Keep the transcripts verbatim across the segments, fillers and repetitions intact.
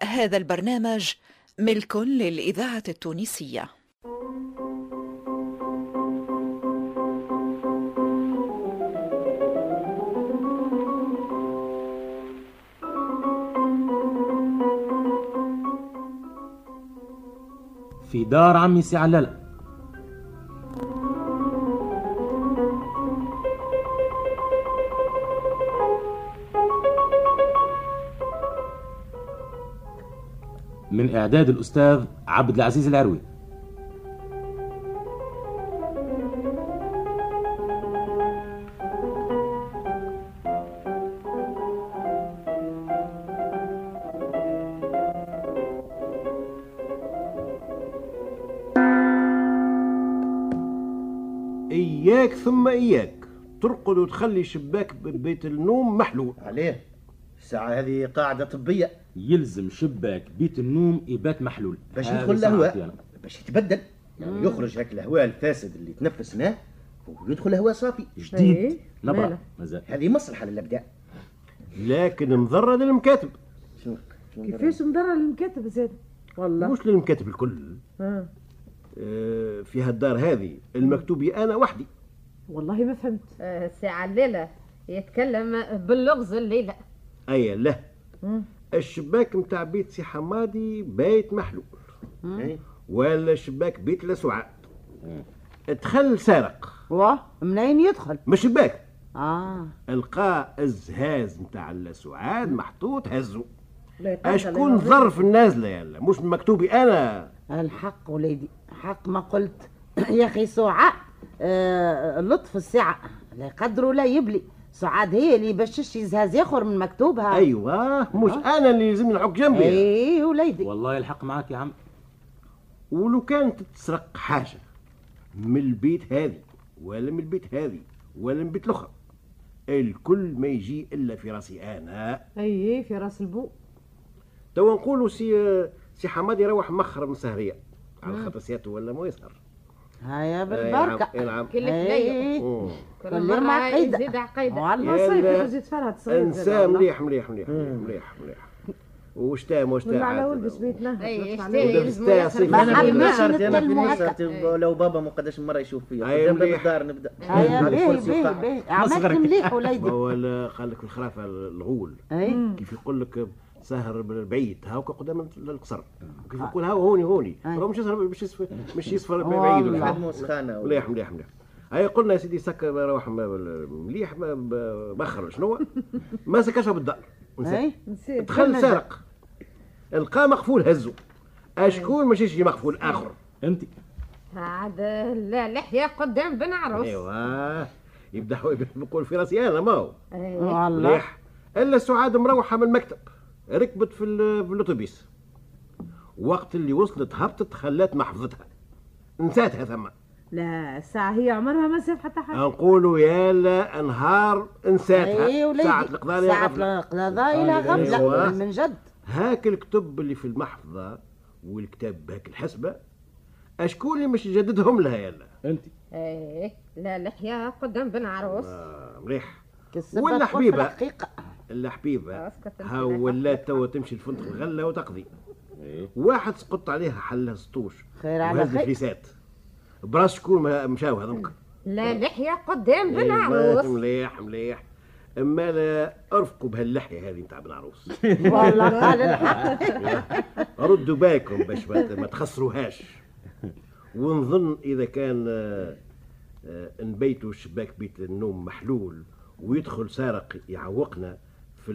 هذا البرنامج ملك للإذاعة التونسية. في دار عمي سي علالة. من إعداد الأستاذ عبد العزيز العروي. إياك ثم إياك ترقد وتخلي شباك بيت النوم محلول. عليه الساعة هذه قاعدة طبية، يلزم شباك بيت النوم يبات محلول باش يدخل الهواء، باش يتبدل، يعني يخرج هاك الهواء الفاسد اللي تنفسناه ويدخل هواء صافي جديد نبرة. هذه مصلحة للأبداع، لكن مضرة للمكاتب. كيفاش مضرة للمكاتب زاد؟ والله مش للمكاتب الكل. آه. آه في هالدار هذه المكتوبي أنا وحدي. والله ما فهمت. آه ساعة الليلة يتكلم باللغز الليلة. أي لا مم. الشباك متاع بيت سي حمادي بيت محلول. مم. ولا شباك بيت لسعاد دخل سارق. واه منين يدخل؟ مش شباك. اه القى الزهاز متاع لسعاد محطوط هزو. اشكون ظرف النازله يلا مش مكتوبي انا. الحق وليدي حق ما قلت. يا اخي سعاد آه لطف الساعه لا يقدر ولا يبلي. سعاد هي اللي باش يزهز يخر من مكتوبها. ايوه مش آه. انا اللي لازمني نحك جنبي. اي وليدي والله الحق معاك يا عم. ولو كانت تسرق حاجه من البيت هذه ولا من البيت هذه ولا من البيت الاخرى الكل ما يجي الا في راسي انا. اي في راس البو. تو نقولوا سي سي حماد يروح مخر من سهريه على خاطر سياته ولا ما يسهر. هيا بالبركه. اي نعم. كل ليله كل مرة يزيد عقيده. والله صيف يزيد فرهد صيف. انسان مليح مليح مليح مليح مليح. وشتا مشتا ولا على ولد سبيتنا. اي شتا صيف. انا في نصرتي انا في نصرتي لو بابا ما قداش مره يشوف فيا قدام باب الدار نبدا. هيا باهي باهي عملت مليح وليدي. ولا قال لك الخرافه الغول كيف يقول لك سهر بعيد هاوكا قدام القصر كيف يقول هاو هوني هوني راه مش يسهر مش يصفر مش يصفر بعيد ولا حد مسخانه مليح مليح مليح. هاي قلنا يا سيدي سك روح مليح بخر شنو ما سكشها بالدار نسيت دخل سارق القى مقفول هزو. اشكون مش يجي مقفول اخر؟ انت عاد لا لحيه قدام بن عروس. ايوه يبدا يقول في راسي انا ما هو والله. الا سعاد مروحه من المكتب ركبت في الاتوبيس وقت اللي وصلت هبطت خلات محفظتها نساتها ثم. لا الساعة هي عمرها ما ساب حتى حاجة. نقولوا يا لا انهار نساتها. أيه ساعة القضاء ساعة القضاء إلى غفلة. أيوة. من جد هاك الكتب اللي في المحفظة والكتاب هاك الحسبة اشكون اللي مش يجددهم لها يلا؟ انت. ايه لا لحية قدام بن عروس. آه مليح. ولا حبيبة الحبيبة ها ولات توا تمشي لفندق الغلة وتقضي. إيه؟ واحد سقط عليها حلها سطوش خير على خير فليسات براس شكون مشاو هذوك. لا لحية قدام بن عروس. مليح مليح. اما لا ارفقوا بهاللحية هذه نتاع بن عروس. والله قال الحق. ردوا بالكم باش ما تخسروهاش. ونظن اذا كان نبيتوا شباك بيت النوم محلول ويدخل سارق يعوقنا في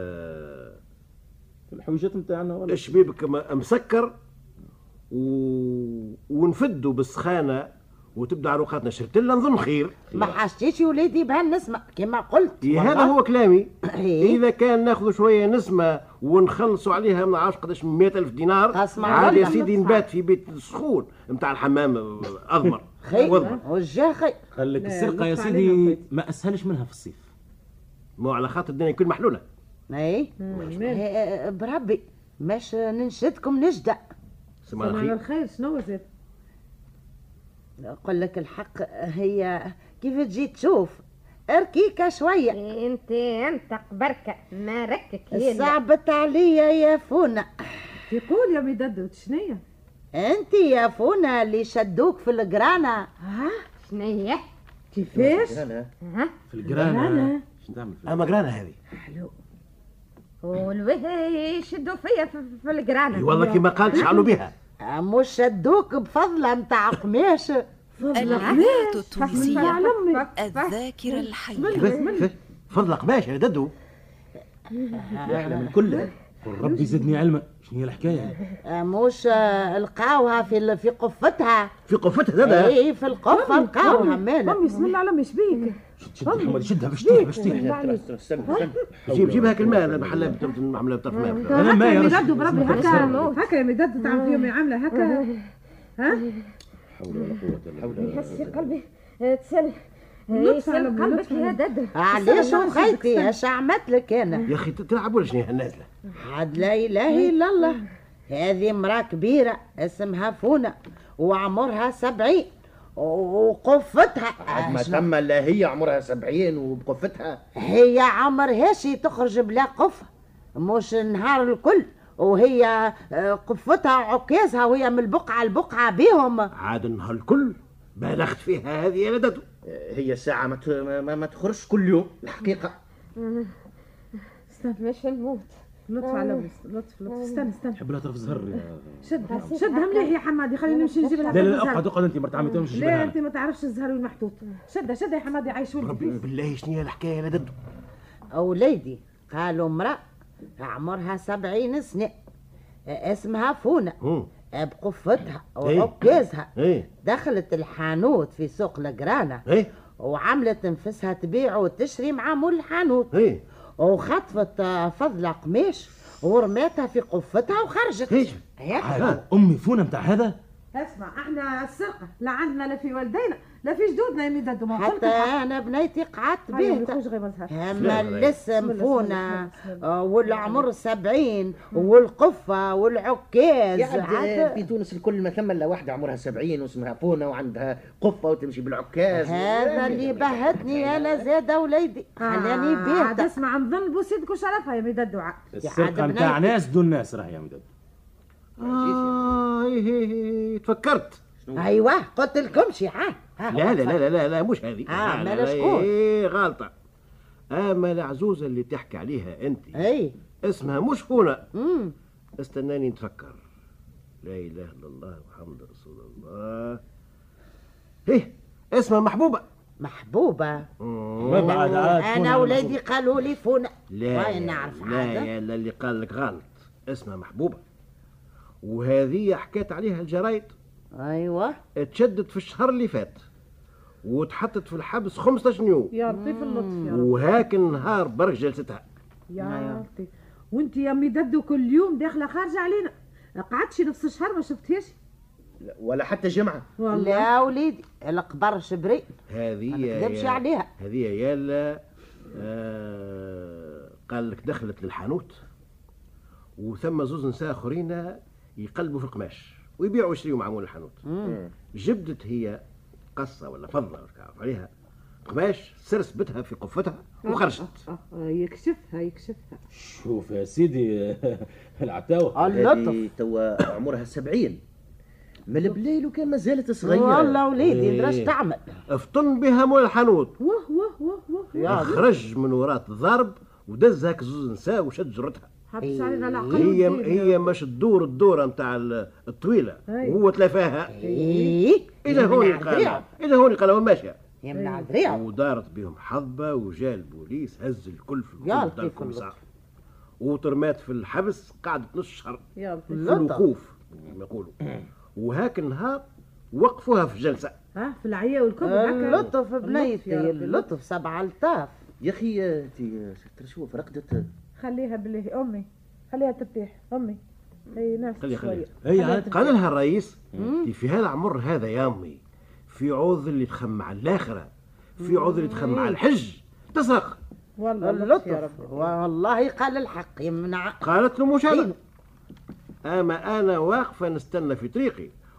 في الحويجات نتاعنا ولا الشبيبك مسكر و... ونفدوا بالسخانه وتبدا عروقاتنا شرتله نظن خير. ما حاجتيش يا وليدي بهالنسمه كما قلت. هذا هو كلامي. اذا كان ناخذ شويه نسمه ونخلصوا عليها ما عارف قداش مئة ألف دينار عاد يا سيدي نبات في بيت السخون نتاع الحمام اضمر خير وجه خير. خليك السرقه يا سيدي ما اسهلش منها في الصيف. مو على خاطر الدنيا يكون محلوله. اي بربي ماش ننشدكم نجدع. سمع الخير. الخير شنو زاد؟ اقول لك الحق هي كيف تجي تشوف ركيكة شوية. انت انت بركة ما ركك يلا. صعبت عليا يا فونا. يقول يا ميدد شنية؟ انت يا فونا اللي شدوك في القرانة. ها شنية؟ كيفاش؟ ها؟ في القرانة شو تعمل فيها؟ اما قرانة هذه حلو. والوهي يشدوا فيا في, في القرانة. والله كيما قالت شعلوا بها. مش شدوك بفضلة متاع قماش. الإذاعة التونسية الذاكرة الحية. فضل قماش يا ددو. احنا من كلها. قل ربي زدني علما، شنو هي الحكاية؟ مش لقاوها في في قفتها. في قفتها دادا؟ اي في القفة لقاوها مالك. امي بسم الله على امي شبيك؟ شد محمد شدها باش تطيح باش تطيح. جيب جيب هاك الماء المحلة نعملها بطرف ماء. انا ما يا ميداد بربي هكا هكا يا ميداد تعمل فيهم عاملة هكا. ها؟ حول ولا قوة الا بالله. يحسي قلبي تسل يسل قلبك يا دد. علاش وخيتي اش عملت لك انا؟ يا اخي تلعب ولا شنو النازلة؟ عاد لا اله الا الله. هذه امراه كبيره اسمها فونا وعمرها سبعين وقفتها عاد ما تم لا هي عمرها سبعين وبقفتها. هي عمرهاش تخرج بلا قفه مش النهار الكل وهي قفتها عكازها وهي من البقعه لبقعه بيهم. عاد النهار الكل بالغت فيها هذه يا ددو. هي ساعة ما ما, ما تخرجش كل يوم الحقيقة. استنى مش نموت. لطف على لطف لطف استنى استنى. نحب لها طرف زهر. شدها شدها مليح يا حمادي خليني نمشي نجيب لها. لا لا لا اقعد اقعد انت مرت عمي تمشي نجيب لها. لا انت ما تعرفش الزهر وين محطوط. شدها شدها يا حمادي عايش ولدي. ربي بالله شنو هي الحكاية يا ددو؟ اولادي قالوا امراه عمرها سبعين سنه اسمها فونا بقفتها وعكازها. ايه دخلت الحانوت في سوق القرانة ايه وعملت نفسها تبيع وتشري مع مول الحانوت. ايه وخطفت فضلة قماش ورماتها في قفتها وخرجت. ايه هذا امي فونا نتاع هذا. اسمع احنا السرقة لا عندنا لا في والدينا لا في جدودنا يا ميداد. حتى انا بنيتي قعدت بيتها. اما الاسم فونا والعمر سبعين والقفة والعكاز. يعني في تونس الكل ما ثم الا واحدة عمرها سبعين واسمها فونا وعندها قفة وتمشي بالعكاز. هذا اللي بهتني انا زادة وليدي خلاني بيتها. عاد اسمع نظن بوسيدك وشرفها يا ميداد دعاء. السرقة نتاع ناس دون ناس راهي يا ميداد. اه ايه تفكرت. ايوه قلت لكمش. ها لا لا لا لا لا مش هذه. اه مالا شكون؟ ايه غلطة. اما العزوزة اللي تحكي عليها انت اي اسمها مش فونا. امم استناني نتفكر. لا اله الا الله محمد رسول الله. ايه اسمها محبوبة. محبوبة. ما بعد عاد انا ولادي قالوا لي فونا. لا نعرف لا يا اللي قال لك غلط. اسمها محبوبة وهذه حكيت عليها الجرايد. ايوه اتشدت في الشهر اللي فات وتحطت في الحبس خمسة يوم. يا لطيف اللطف يا رب. وهاك النهار برك جلستها. يا لطيف. وانت يا ميداد كل يوم داخله خارجه علينا. قعدتش نفس الشهر ما شفتهاش ولا حتى جمعة. لا وليدي القبر شبري هذه ما تكذبش عليها. هذه يالا آه قال لك دخلت للحانوت وثم زوز نساء اخرين يقلبوا في القماش ويبيعوا ويشتريوا مع مول الحانوت. جبدت هي قصه ولا فضله تعرف عليها قماش سرسبتها في قفتها وخرجت. آه آه يكشفها يكشفها. شوف يا سيدي العتاوه اللطف توا عمرها سبعين من البليل وكان ما زالت صغيره. والله وليدي دراش تعمل. افطن بها مول الحانوت واه واه واه واه. خرج من وراء الضرب ودز هاك زوز نساء وشد جرتها. حبس علينا العقل. هي هي مش تدور الدوره نتاع الطويله وهو تلافاها. ايه الى هون قال الى هون قال ماشيه يمنع ذريعه. ودارت بهم حظبه وجا البوليس هز الكل في يا الكل لطيف اللطف. وترمات في الحبس قعدت نص شهر يا في الوقوف كما يقولوا. وهاك النهار وقفوها في جلسه. ها في العيا والكبر هكا. اللطف بنيتي اللطف سبع الطاف. يا اخي انت ستر شوف رقدت. خليها بالله امي خليها ترتاح امي. هي ناس شويه. اي عاد قال لها الرئيس في هذا العمر هذا يا امي في عوض اللي تخمع الاخره في عوض اللي تخمع الحج تسرق. والله اللطف والله قال الحق يمنع. قالت له مش هذا. اما انا واقفه نستنى في طريقي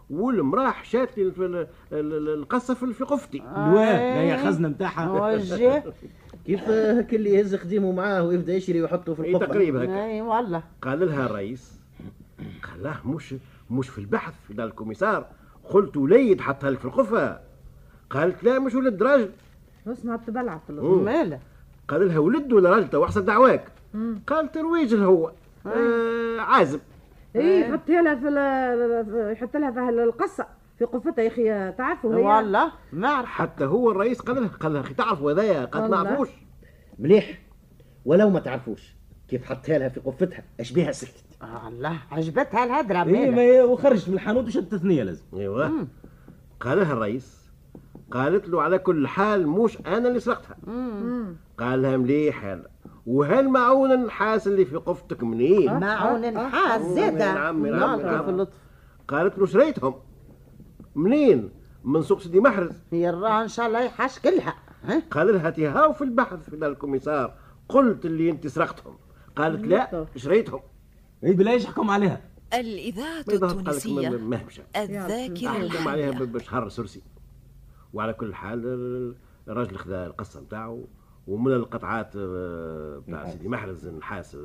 والمراه حشات لي القصه في قفتي. الواه هي خزنه نتاعها. وجه كيف هك اللي يهز خديمه معاه ويبدا يشري ويحطه في القفه. تقريبا هكا. اي والله. قال لها الرئيس، قال له مش مش في البحث في الكوميسار، قلت وليد حطها لك في القفه. قالت لا مش ولد راجل. اسمع تبلع في ماله. قال لها ولد ولا راجل تو احسن دعواك. قال ترويج هو آه عازب. اي يحطها لها في يحط لها في القصه في قفتها يا اخي تعرفوا هي. والله ما عرف. حتى هو الرئيس قال لها قال لها اخي تعرفوا هذايا قد ما نعرفوش. مليح ولو ما تعرفوش كيف حطها لها في قفتها اش بيها سكتت. الله عجبتها الهدره. اي وخرجت من الحانوت وشدت ثنيه لازم. ايوه قال لها الرئيس، قالت له على كل حال مش انا اللي سرقتها. قال لها مليح هذا، وهالمعون النحاس اللي في قفتك منين؟ أه معون النحاس زاده. نعم نعم نعم. قالت له شريتهم منين؟ من سوق سيدي محرز. يرى ان شاء الله يحشكلها. قال لها تي هاو في البحث في الكوميسار قلت اللي انت سرقتهم. قالت لا شريتهم. اي بلاش يحكم عليها. الإذاعة التونسية الذاكرة الحية عليها بشهر سرسي. وعلى كل حال الراجل خذا القصة نتاعو ومن القطعات بتاع سيدي محرز نحاس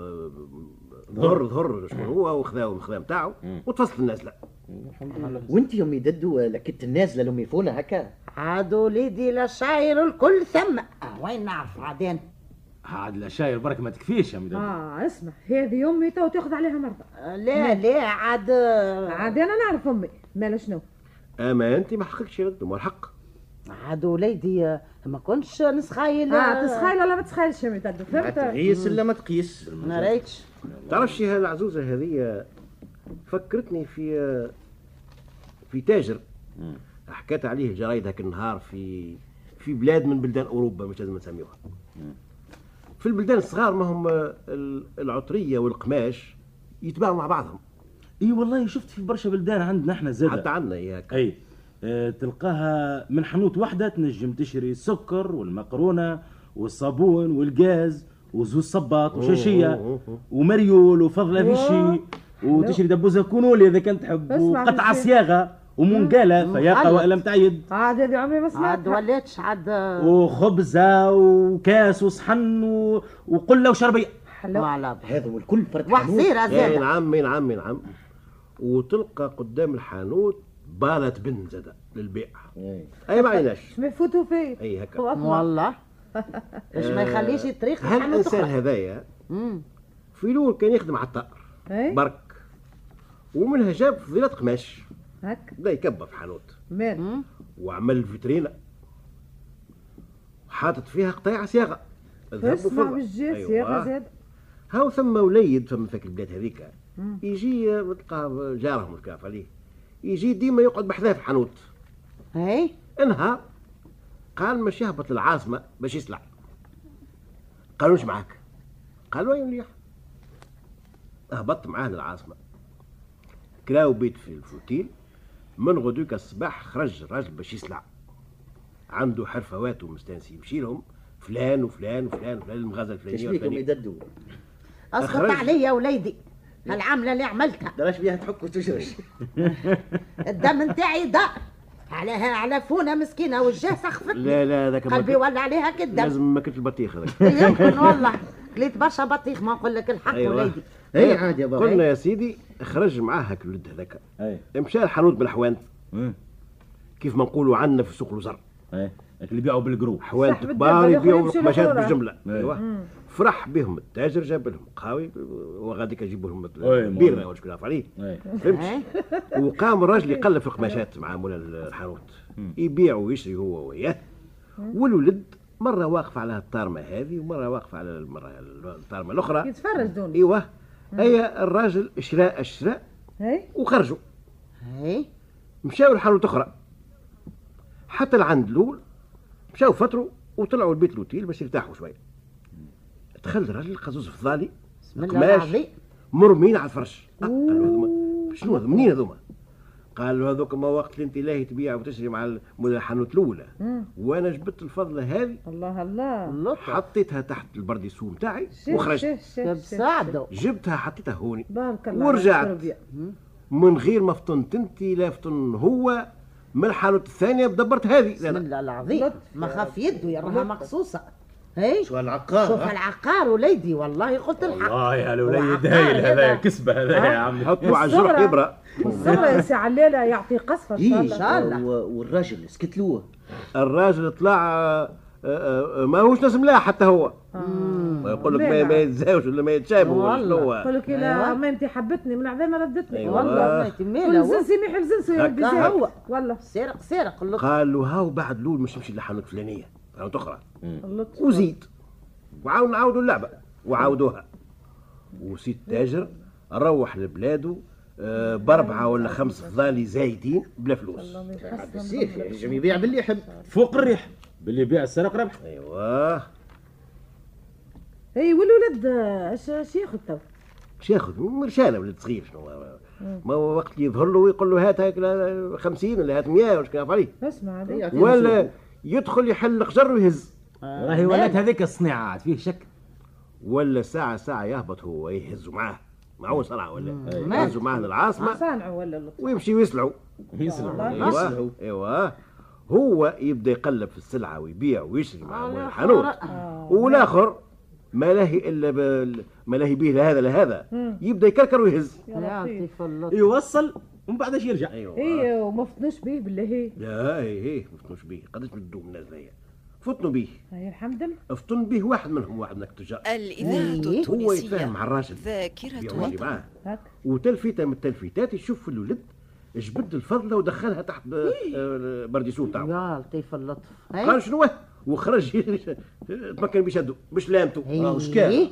ظهر ظهر شكون هو وخذاو الخذا نتاعو وتفصل النازلة. وانت يومي ددو لكت النازلة لو يفونا هكا. عاد وليدي لشاير الكل ثم آه وين نعرف عادين. عاد الشاير برك ما تكفيش يا مدام. اه اسمع هذه امي تو تاخذ عليها مرضى. آه لا لا عاد عاد انا نعرف امي مالا شنو. اما انت ما حقكش يا ردم والحق. عاد وليدي ما كنتش نسخايل. اه تسخايل ولا ما تسخايلش يا مدام فهمت. تقيس الا ما تقيس. ما رايتش. تعرفش هالعزوزه هذه فكرتني في في تاجر حكيت عليه الجرايد هاك النهار في في بلاد من بلدان اوروبا مش لازم نسميوها. في البلدان الصغار ما هم العطريه والقماش يتباعوا مع بعضهم. اي والله شفت في برشا بلدان عندنا احنا زاد حتى عندنا اياك. اي اه تلقاها من حانوت واحده تنجم تشري السكر والمقرونه والصابون والغاز وزوز صباط وشاشيه ومريول وفضله فيشي وتشري دبوزه كونولي اذا كنت تحب وقطعه صياغه ومنقاله فياقه وإلا متعيد. عاد هذه عمري ما سمعت. عاد وليتش عاد وخبزه وكاس وصحن و... وقله وشربيه. حلو على هذا الكل فرد وحصيره زاده. نعم نعم نعم. وتلقى قدام الحانوت بالة بن زاده للبيع. اي ما عيناش. ما يفوتوا فيه. اي هكا. والله. ايش ما يخليش الطريق. هالانسان هذايا في الاول كان يخدم على الطائر. برك. ومنها جاب فضيلة قماش. هك بدا يكبر في حانوت مال وعمل فيترينه وحاطط فيها قطيعه صياغه ذهب وفضه. أيوة. صياغه زاد. هاو ثم وليد ثم فيك البلاد هذيك يجي تلقى جارهم الكاف عليه يجي ديما يقعد بحذاه في الحانوت. اي انهار قال مش يهبط للعاصمه باش يسلع. قالوا ايش معاك؟ قالوا اي مليح. هبطت معاه للعاصمه كلاو بيت في الفوتيل من غدوك الصباح خرج الراجل باش يسلع. عنده حرفوات ومستانسين يمشي لهم فلان وفلان وفلان وفلان المغازه الفلانيه والفلانيه. يددوا اسقط علي يا وليدي هالعمله اللي عملتها. دراش بيها تحك وتجرش. الدم نتاعي ضاع عليها على فونه مسكينه وجه سخفت. لا لا هذاك قلبي ولا عليها كدم. لازم ما كنت البطيخ هذاك. يمكن والله كليت برشا بطيخ ما نقول لك الحق. أيوة. وليدي اي عادي يا بابا. قلنا يا سيدي خرج معاه هاك الولد هذاك مشى الحانوت بالحوانت كيف ما نقولوا عندنا في سوق الوزر اللي يبيعوا بالقرو حوانت كبار يبيعوا القماشات بالجمله. ايوه فرح بهم التاجر جاب لهم قهاوي وغاديك يجيبوا لهم بيره ولا شكون عارف عليه فهمت. وقام الراجل يقلب في القماشات مع مول الحانوت يبيع ويشري هو وياه. والولد مره واقف على الطارمه هذه ومره واقف على المره الطارمه الاخرى يتفرج دون. ايوه هي الراجل شراء الشراء وخرجوا. اي مشاو لحانوت اخرى حتى لعند الاول مشاو فتروا وطلعوا البيت الاوتيل باش يرتاحوا شويه. دخل الراجل لقى زوز فضالي قماش مرمين على الفرش. قالوا هذوما شنو هذوما منين هذوما؟ قالوا هذوك ما وقت اللي انت لاهي تبيع وتشري مع الحانوت الاولى وانا جبت الفضله هذه. الله الله. حطيتها تحت البرديسو نتاعي وخرجت. بساعده جبتها حطيتها هوني بارك الله ورجعت من غير ما فطنت انت لا فطن هو، من الحانوت الثانيه بدبرت هذه. بسم الله العظيم ما خاف يده يراها مقصوصه. هي شو هالعقار؟ شوف العقار وليدي والله قلت الحق. والله يا الوليد هايل هذا كسبه هذا يا عمي. حطوا على الجرح يبرى. الصغرى يا سي علالة يعطي قصفة إن شاء الله. إن شاء الله. والراجل سكتلوه. الراجل طلع ما هوش ناس ملاح حتى هو. يقول لك ما ما يتزاوج ولا ما يتشابه ولا شنو. يقول لك انا مامتي حبتني من عظيم ردتني. أيوة. والله مامتي مالا زنسي ما يحب زنسو يا ربي هو والله سارق سارق اللطف. قال له هاو بعد لول مش نمشي لحانوت فلانيه حانوت اخرى وزيد وعاود نعاودوا اللعبه وعاودوها. وسيد تاجر روح لبلاده آه باربعه ولا خمس فضالي زايدين بلا فلوس. بالسيف ينجم يبيع باللي يحب. فوق الريح باللي يبيع السرق ربح. ايوه. اي والولد اش اش ياخذ تو؟ اش ياخذ؟ مرشانه ولد صغير شنو ما هو وقت يظهر له ويقول له هات هيك خمسين ولا هات مية واش كان عليه. اسمع ولا يدخل يحل قجر ويهز. راهي ولات هذيك الصناعه عاد فيه شك. ولا ساعه ساعه يهبط هو يهزوا معاه معه صنعه ولا يهزوا معاه للعاصمه صانعوا ولا ويمشي ويسلعوا يسلعوا ايوه ايوه. هو يبدا يقلب في السلعه ويبيع ويشري مع الحانوت. والاخر ما لاهي الا بال... ما لاهي به لا هذا لا هذا يبدا يكركر ويهز يوصل ومن بعد اش يرجع. ايوه ايه وما فتنوش به بالله. هي لا هي هي ما فتنوش به قداش بدو الناس ذيا فتنوا به. هاي الحمد لله فتن به واحد منهم واحد من التجار. الإذاعة التونسية هو يتفاهم مع الراجل ذاكرة وطن وتلفيته من التلفيتات يشوف الولد جبد الفضله ودخلها تحت برديسو تاعو. يا لطيف اللطف. قال شنو وخرج تمكن بيشدو مش لامتو. واش كان؟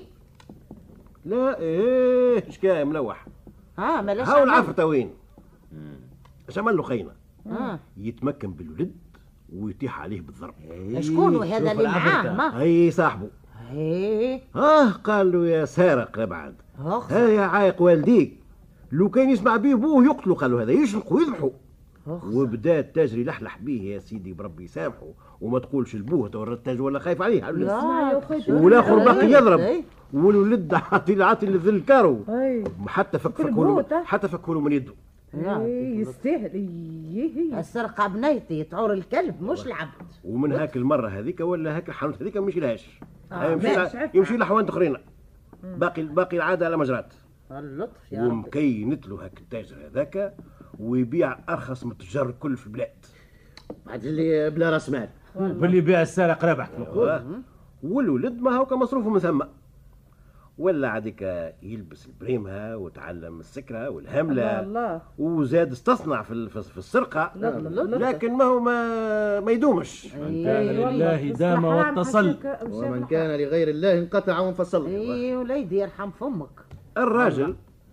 لا ايه اش كان ملوح. اه مالاش هاو العفرته وين؟ اش عمل له خينا؟ اه يتمكن بالولد ويطيح عليه بالضرب. شكون هذا اللي معاه؟ ما اي صاحبه. ايه اه قال له يا سارق بعد ها يا عايق والديك لو كان يسمع بيه بوه يقتلوا. قالوا هذا يشنق ويذبحوا. وبدا التاجر يلحلح بيه يا سيدي بربي يسامحه وما تقولش لبوه تو التاج ولا خايف عليه. والاخر باقي يضرب والولد عاطي عاطي لذل الكارو حتى فك فكوا حتى فكوا من يده. يستاهل. هي السرقه بنيتي تعور الكلب مش العبد. ومن هاك المره هذيك ولا هاك الحانوت هذيك ما يمشيلهاش. يمشي يمشي لحوانت اخرين. باقي باقي العاده على مجرات. اللطف يا رب. ومكينت له هاك التاجر هذاك ويبيع ارخص من التجار الكل في البلاد. بعد اللي بلا راس مال باللي يبيع السارق ربح. والولد ما هو كمصروفه من ثم. ولا عادك يلبس البريمها وتعلم السكره والهمله. الله وزاد استصنع في في السرقه. لكن ما هو ما, ما يدومش. من كان لله دام واتصل ومن كان لغير الله انقطع وانفصل. اي وليدي يرحم فمك. الراجل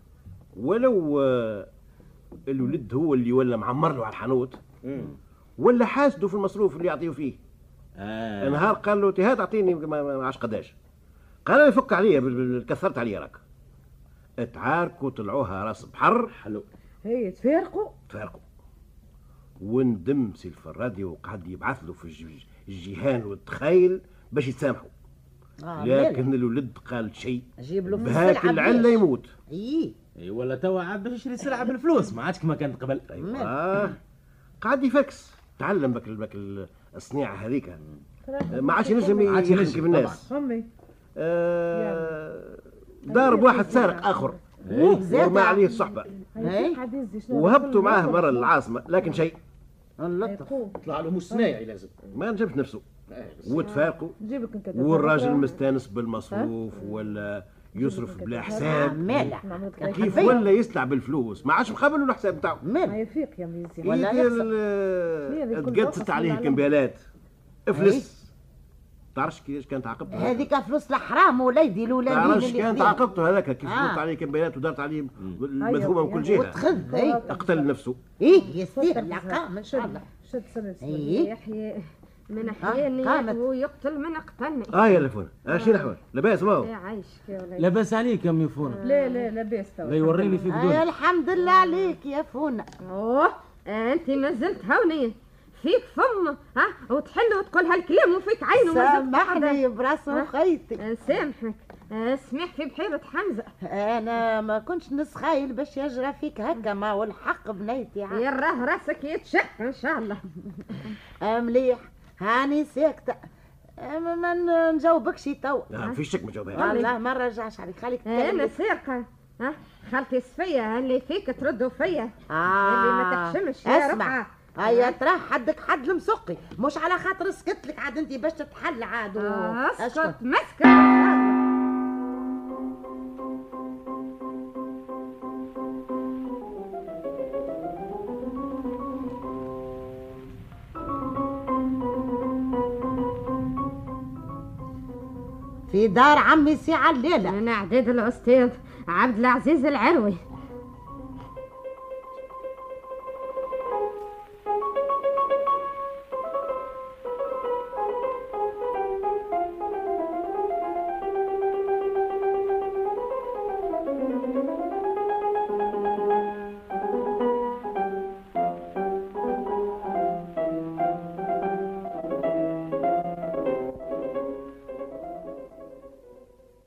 ولو الولد هو اللي ولا معمر له على الحانوت ولا حاسده في المصروف اللي يعطيه فيه. آه. نهار قال له تهات اعطيني ما عادش قداش. قال له يفك عليا كثرت عليا راك. اتعاركوا طلعوها راس بحر. حلو. هي تفارقوا تفارقوا. وندم سي الفرادي وقعد يبعث له في الجيهان والتخيل باش يتسامحوا. آه لكن الولد قال شيء بهاك العله يموت. اي اي ولا توا عاد باش يشري سلعه بالفلوس ما عادش كما كانت قبل. ايوه قعد يفكس تعلم بك بك الصنيعه هذيك ما عادش ينجم يخدم كيف الناس. امي آه ضارب واحد سارق اخر وما عليه الصحبه وهبطوا معاه مره للعاصمه لكن شيء طلع له مش صنايعي لازم ما نجمش نفسه وتفارقوا والراجل مستانس بالمصروف ولا يصرف بلا حساب. كيف ولا يسلع بالفلوس ما عادش مقابل له الحساب نتاعو. ما يفيق يا ميزي ولا تقدست عليه الكمبيالات افلس. تعرفش كيفاش كانت عاقبته هذيك فلوس الحرام وليدي الاولادين اللي تعرفش كانت عاقبته هذاك كيف دارت عليه كمبيالات ودارت عليه المذمومه من كل جهه وتخذ اقتل نفسه. ايه يستاهل العقاب ان شاء الله. شد سنه يحيى من احياني هو يقتل من اقتلني. اه يا لفون اش الاحوال لاباس ما هو؟ عايشك يا وليدي. لاباس عليك يا ام فونا؟ لا لا لاباس تو. لا يوريني في بدون. آه الحمد لله عليك يا فونا. اوه انت ما زلت هوني فيك فم ها وتحل وتقول هالكلام وفيك عين سامحني براس وخيتي. سامحك اسمح في بحيرة حمزة. انا ما كنتش نسخايل باش يجرى فيك هكا، ما والحق بنيتي عاد. يراه راسك يتشق ان شاء الله. مليح هاني ساكتة، ما نجاوبكش توا. لا في شك ما جاوبهاش والله ما نرجعش عليك، خليك تتكلم. انا سارقة ها خالتي صفية اللي فيك تردوا فيا. آه. اللي ما تحشمش يا ربعة. هيا ترى حدك حد المسقي، مش على خاطر سكت لك عاد انت باش تتحل عاد. آه اسكت مسكت. في دار عمي سي عليلة. انا عديد الاستاذ عبد العزيز العروي.